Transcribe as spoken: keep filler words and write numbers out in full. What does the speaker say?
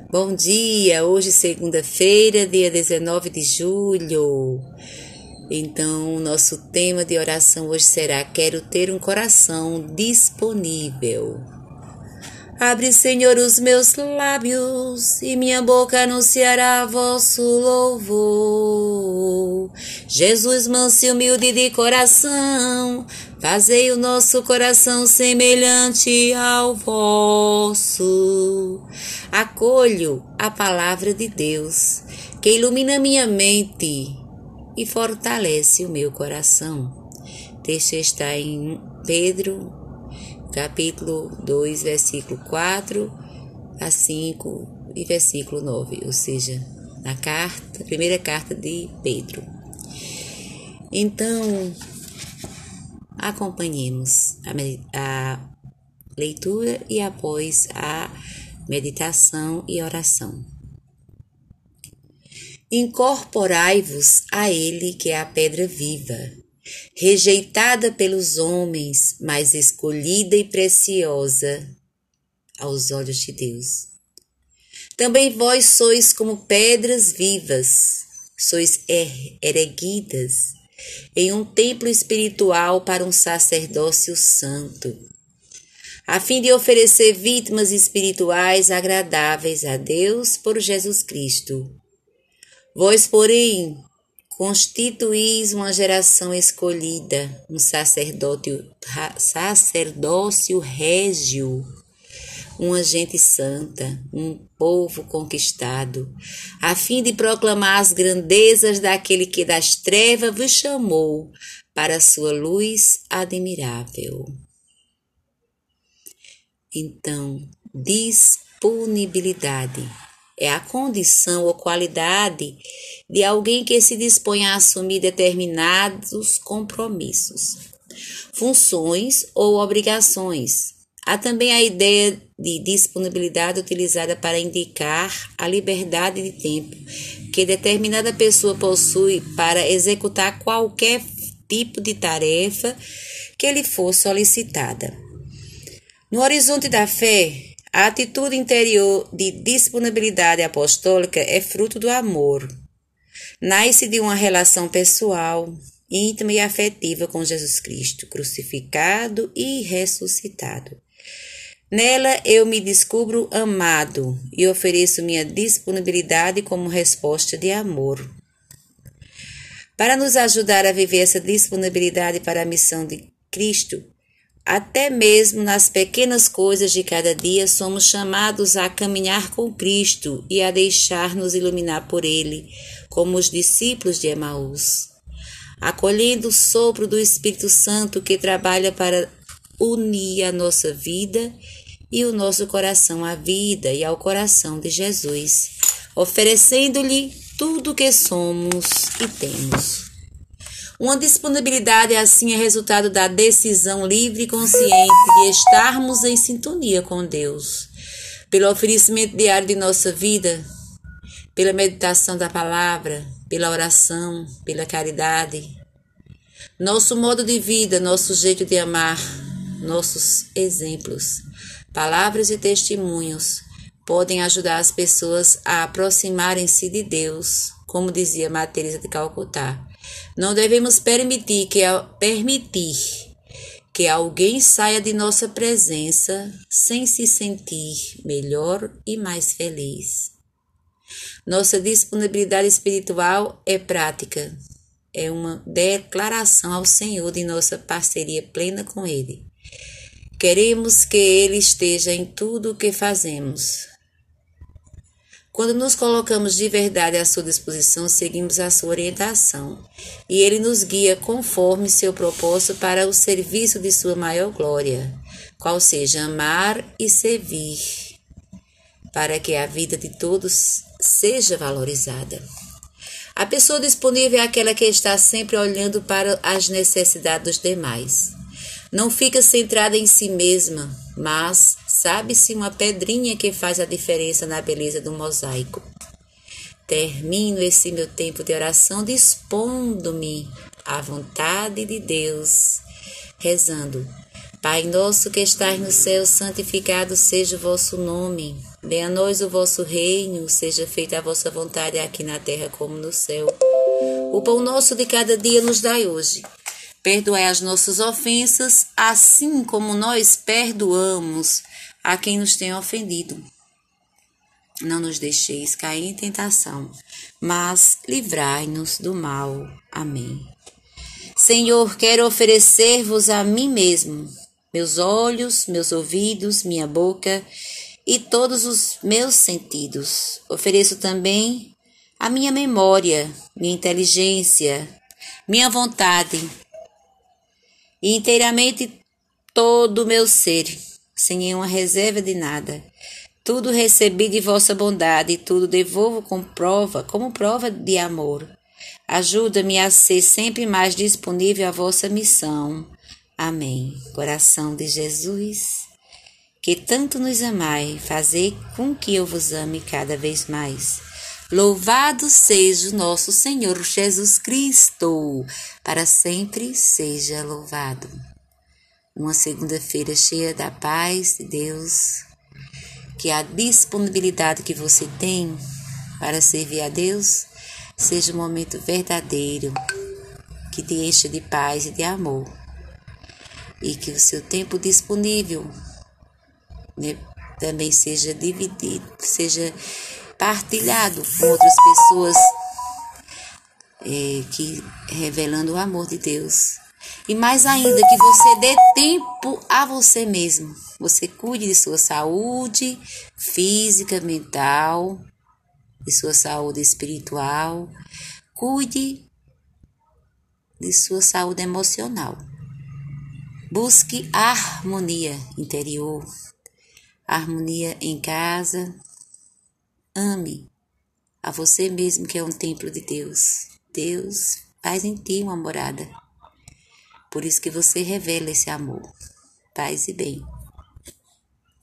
Bom dia, hoje segunda-feira, dia dezenove de julho. Então, o nosso tema de oração hoje será: quero ter um coração disponível. Abre, Senhor, os meus lábios, e minha boca anunciará vosso louvor. Jesus, manso e humilde de coração, fazei o nosso coração semelhante ao vosso. Acolho a palavra de Deus, que ilumina minha mente e fortalece o meu coração. O texto está em Pedro, capítulo dois, versículo quatro a cinco e versículo nove, ou seja, na carta, primeira carta de Pedro. Então, acompanhemos a, a leitura e após a meditação e oração. Incorporai-vos a ele, que é a pedra viva, rejeitada pelos homens, mas escolhida e preciosa aos olhos de Deus. Também vós sois como pedras vivas, sois erguidas em um templo espiritual para um sacerdócio santo, a fim de oferecer vítimas espirituais agradáveis a Deus por Jesus Cristo. Vós, porém, constituís uma geração escolhida, um sacerdócio, sacerdócio régio, uma gente santa, um povo conquistado, a fim de proclamar as grandezas daquele que das trevas vos chamou para a sua luz admirável. Então, disponibilidade é a condição ou qualidade de alguém que se dispõe a assumir determinados compromissos, funções ou obrigações. Há também a ideia de disponibilidade utilizada para indicar a liberdade de tempo que determinada pessoa possui para executar qualquer tipo de tarefa que lhe for solicitada. No horizonte da fé, a atitude interior de disponibilidade apostólica é fruto do amor. Nasce de uma relação pessoal, íntima e afetiva com Jesus Cristo, crucificado e ressuscitado. Nela eu me descubro amado e ofereço minha disponibilidade como resposta de amor. Para nos ajudar a viver essa disponibilidade para a missão de Cristo, até mesmo nas pequenas coisas de cada dia, somos chamados a caminhar com Cristo e a deixar-nos iluminar por Ele, como os discípulos de Emaús, acolhendo o sopro do Espírito Santo que trabalha para unir a nossa vida e o nosso coração à vida e ao coração de Jesus, oferecendo-lhe tudo o que somos e temos. Uma disponibilidade assim é resultado da decisão livre e consciente de estarmos em sintonia com Deus, pelo oferecimento diário de nossa vida, pela meditação da palavra, pela oração, pela caridade. Nosso modo de vida, nosso jeito de amar, nossos exemplos, palavras e testemunhos podem ajudar as pessoas a aproximarem-se de Deus, como dizia Madre Teresa de Calcutá. Não devemos permitir que, permitir que alguém saia de nossa presença sem se sentir melhor e mais feliz. Nossa disponibilidade espiritual é prática, é uma declaração ao Senhor de nossa parceria plena com Ele. Queremos que Ele esteja em tudo o que fazemos. Quando nos colocamos de verdade à sua disposição, seguimos a sua orientação, e Ele nos guia conforme seu propósito para o serviço de sua maior glória, qual seja amar e servir, para que a vida de todos seja valorizada. A pessoa disponível é aquela que está sempre olhando para as necessidades dos demais. Não fica centrada em si mesma, mas sabe-se uma pedrinha que faz a diferença na beleza do mosaico. Termino esse meu tempo de oração dispondo-me à vontade de Deus, rezando: Pai nosso que estais no céu, santificado seja o vosso nome. Venha a nós o vosso reino, seja feita a vossa vontade aqui na terra como no céu. O pão nosso de cada dia nos dai hoje. Perdoai as nossas ofensas, assim como nós perdoamos a quem nos tem ofendido. Não nos deixeis cair em tentação, mas livrai-nos do mal. Amém. Senhor, quero oferecer-vos a mim mesmo, meus olhos, meus ouvidos, minha boca e todos os meus sentidos. Ofereço também a minha memória, minha inteligência, minha vontade e inteiramente todo o meu ser, sem nenhuma reserva de nada. Tudo recebi de vossa bondade e tudo devolvo com prova, como prova de amor. Ajuda-me a ser sempre mais disponível à vossa missão. Amém. Coração de Jesus, que tanto nos amai, fazei com que eu vos ame cada vez mais. Louvado seja o nosso Senhor Jesus Cristo, para sempre seja louvado. Uma segunda-feira cheia da paz de Deus, que a disponibilidade que você tem para servir a Deus seja um momento verdadeiro, que te encha de paz e de amor. E que o seu tempo disponível, né, também seja dividido, seja partilhado com outras pessoas, é, que revelando o amor de Deus. E mais ainda, que você dê tempo a você mesmo. Você cuide de sua saúde física, mental, de sua saúde espiritual. Cuide de sua saúde emocional. Busque harmonia interior, harmonia em casa. Ame a você mesmo, que é um templo de Deus. Deus faz em ti uma morada. Por isso que você revela esse amor. Paz e bem.